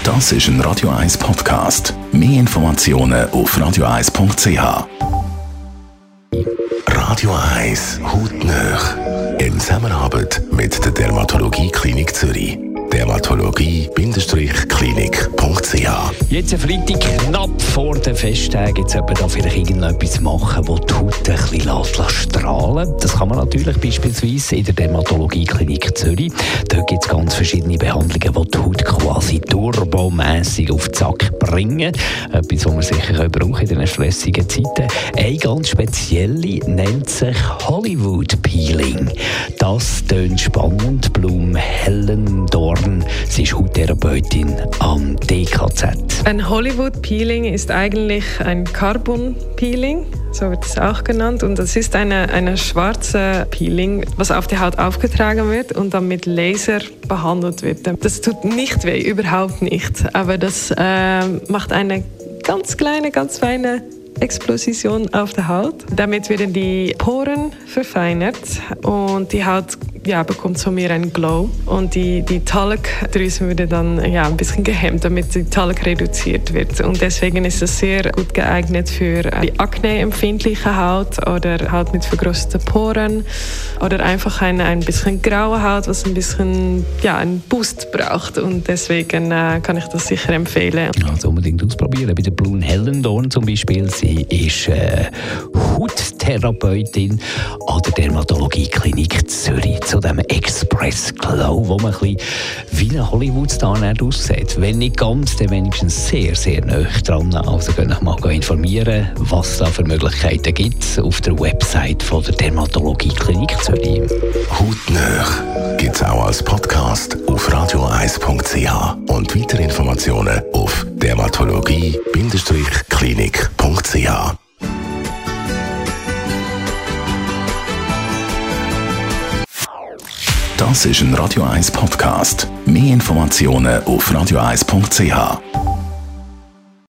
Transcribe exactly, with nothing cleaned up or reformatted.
Das ist ein Radio eins Podcast. Mehr Informationen auf radio eins punkt c h. Radio eins Hautnöch. In Zusammenarbeit mit der Dermatologie-Klinik Zürich. dermatologie-klinik punkt c h. Jetzt am Freitag, knapp vor den Festtagen, jetzt sollte man da vielleicht irgendetwas machen, das die Haut ein bisschen strahlen lässt. Das kann man natürlich beispielsweise in der Dermatologie-Klinik Zürich. Dort gibt es ganz verschiedene Behandlungen, die die Haut quasi turbomässig auf den Sack bringen. Etwas, was man sicher brauchen in diesen stressigen Zeiten. Eine ganz spezielle nennt sich Hollywood Peeling. Das tönt spannend. Blum Hellendorn. Sie ist Hauttherapeutin am D K Z. Ein Hollywood Peeling ist eigentlich ein Carbon Peeling, so wird es auch genannt. Und das ist eine, eine schwarze Peeling, was auf die Haut aufgetragen wird und dann mit Laser behandelt wird. Das tut nicht weh, überhaupt nicht. Aber das äh, macht eine ganz kleine, ganz feine Explosion auf der Haut. Damit werden die Poren verfeinert und die Haut ja, bekommt so mehr einen Glow. Und die, die Talgdrüsen wird dann ja, ein bisschen gehemmt, damit die Talg reduziert wird. Und deswegen ist es sehr gut geeignet für die akneempfindliche Haut oder Haut mit vergrößerten Poren oder einfach eine ein bisschen graue Haut, was ein bisschen ja, einen Boost braucht. Und deswegen äh, kann ich das sicher empfehlen. Also unbedingt ausprobieren. Bei der Blum Hellendorn zum Beispiel. Sie ist äh, Hauttherapeutin an der Dermatologie-Klinik Zürich. Zu diesem Express Glow, wo man ein bisschen wie ein Hollywood-Star aussieht. Wenn nicht ganz, dann wenigstens sehr, sehr nah dran. Also könnt ihr mal informieren, was es da für Möglichkeiten gibt auf der Website von der Dermatologie-Klinik Zürich. Hautnöch gibt es auch als Podcast auf radio eins punkt c h und weitere Informationen auf dermatologie-klinik punkt c h. Das ist ein Radio eins Podcast. Mehr Informationen auf radio eins punkt c h.